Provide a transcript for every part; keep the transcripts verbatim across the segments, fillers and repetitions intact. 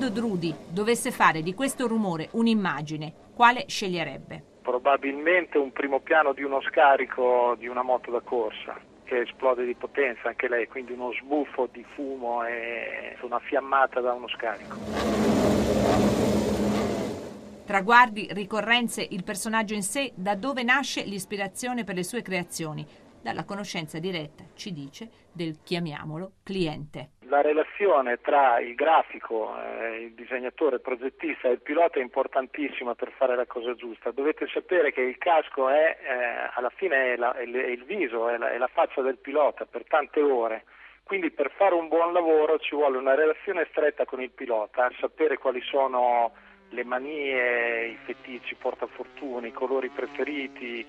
Aldo Drudi dovesse fare di questo rumore un'immagine, quale sceglierebbe? Probabilmente un primo piano di uno scarico di una moto da corsa che esplode di potenza anche lei, quindi uno sbuffo di fumo e una fiammata da uno scarico. Traguardi, ricorrenze, il personaggio in sé, da dove nasce l'ispirazione per le sue creazioni? Dalla conoscenza diretta, ci dice, del, chiamiamolo, cliente. La relazione tra il grafico, eh, il disegnatore, il progettista e il pilota è importantissima per fare la cosa giusta. Dovete sapere che il casco è, eh, alla fine è, la, è il viso, è la, è la faccia del pilota per tante ore. Quindi per fare un buon lavoro ci vuole una relazione stretta con il pilota, sapere quali sono le manie, i feticci, i portafortune, i colori preferiti.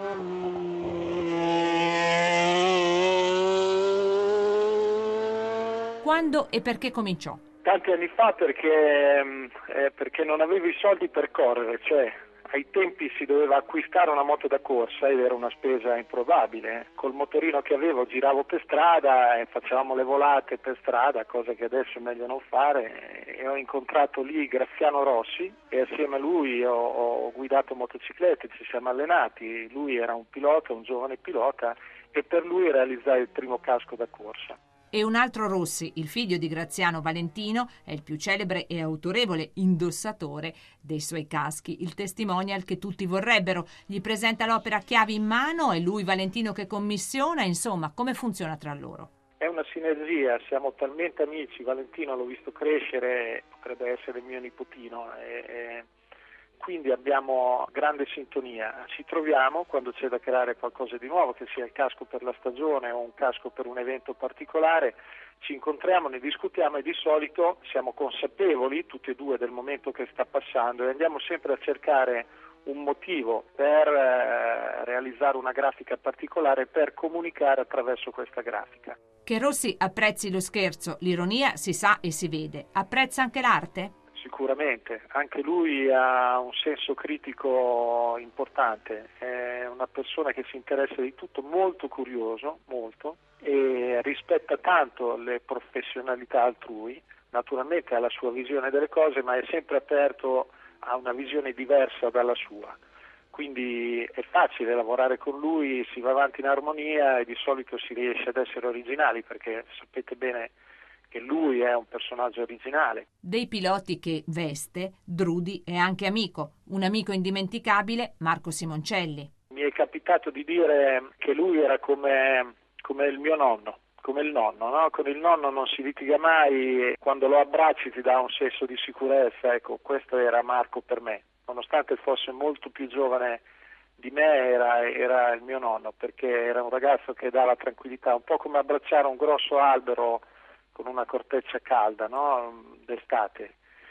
Quando e perché cominciò? Tanti anni fa perché, eh, perché non avevo i soldi per correre, cioè ai tempi si doveva acquistare una moto da corsa ed era una spesa improbabile. Col motorino che avevo giravo per strada e facevamo le volate per strada, cosa che adesso è meglio non fare, e ho incontrato lì Graziano Rossi e assieme a lui ho, ho guidato motociclette, ci siamo allenati, lui era un pilota, un giovane pilota e per lui realizzai il primo casco da corsa. E un altro Rossi, il figlio di Graziano Valentino, è il più celebre e autorevole indossatore dei suoi caschi, il testimonial che tutti vorrebbero. Gli presenta l'opera chiavi in mano, è lui Valentino che commissiona, insomma, come funziona tra loro? È una sinergia, siamo talmente amici, Valentino l'ho visto crescere, potrebbe essere il mio nipotino, e, e quindi abbiamo grande sintonia. Ci troviamo quando c'è da creare qualcosa di nuovo, che sia il casco per la stagione o un casco per un evento particolare, ci incontriamo, ne discutiamo e di solito siamo consapevoli tutti e due del momento che sta passando e andiamo sempre a cercare un motivo per eh, realizzare una grafica particolare, per comunicare attraverso questa grafica. Che Rossi apprezzi lo scherzo, l'ironia si sa e si vede. Apprezza anche l'arte? Sicuramente, anche lui ha un senso critico importante, è una persona che si interessa di tutto, molto curioso, molto, e rispetta tanto le professionalità altrui, naturalmente ha la sua visione delle cose, ma è sempre aperto a una visione diversa dalla sua. Quindi è facile lavorare con lui, si va avanti in armonia e di solito si riesce ad essere originali, perché sapete bene che lui è un personaggio originale. Dei piloti che veste, Drudi è anche amico, un amico indimenticabile, Marco Simoncelli. Mi è capitato di dire che lui era come, come il mio nonno, come il nonno, no? Con il nonno non si litiga mai e quando lo abbracci ti dà un senso di sicurezza, ecco, questo era Marco per me. Nonostante fosse molto più giovane di me, era, era il mio nonno, perché era un ragazzo che dava tranquillità, un po' come abbracciare un grosso albero con una corteccia calda, no? D'estate,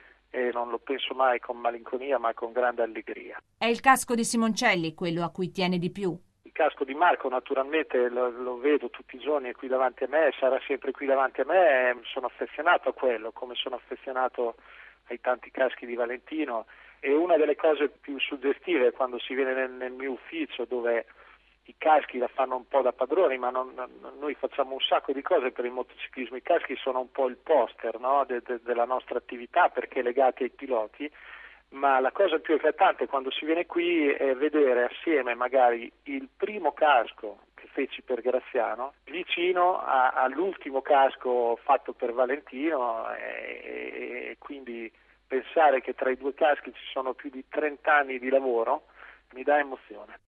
e non lo penso mai con malinconia ma con grande allegria. È il casco di Simoncelli quello a cui tiene di più? Il casco di Marco naturalmente lo, lo vedo tutti i giorni, è qui davanti a me, sarà sempre qui davanti a me, sono affezionato a quello, come sono affezionato ai tanti caschi di Valentino, e una delle cose più suggestive è quando si viene nel, nel mio ufficio dove i caschi la fanno un po' da padroni, ma non, non, noi facciamo un sacco di cose per il motociclismo. I caschi sono un po' il poster, no? de, de, della nostra attività, perché legati ai piloti, ma la cosa più eclatante quando si viene qui è vedere assieme magari il primo casco che feci per Graziano vicino a, all'ultimo casco fatto per Valentino, e, e quindi pensare che tra i due caschi ci sono più di trenta anni di lavoro mi dà emozione.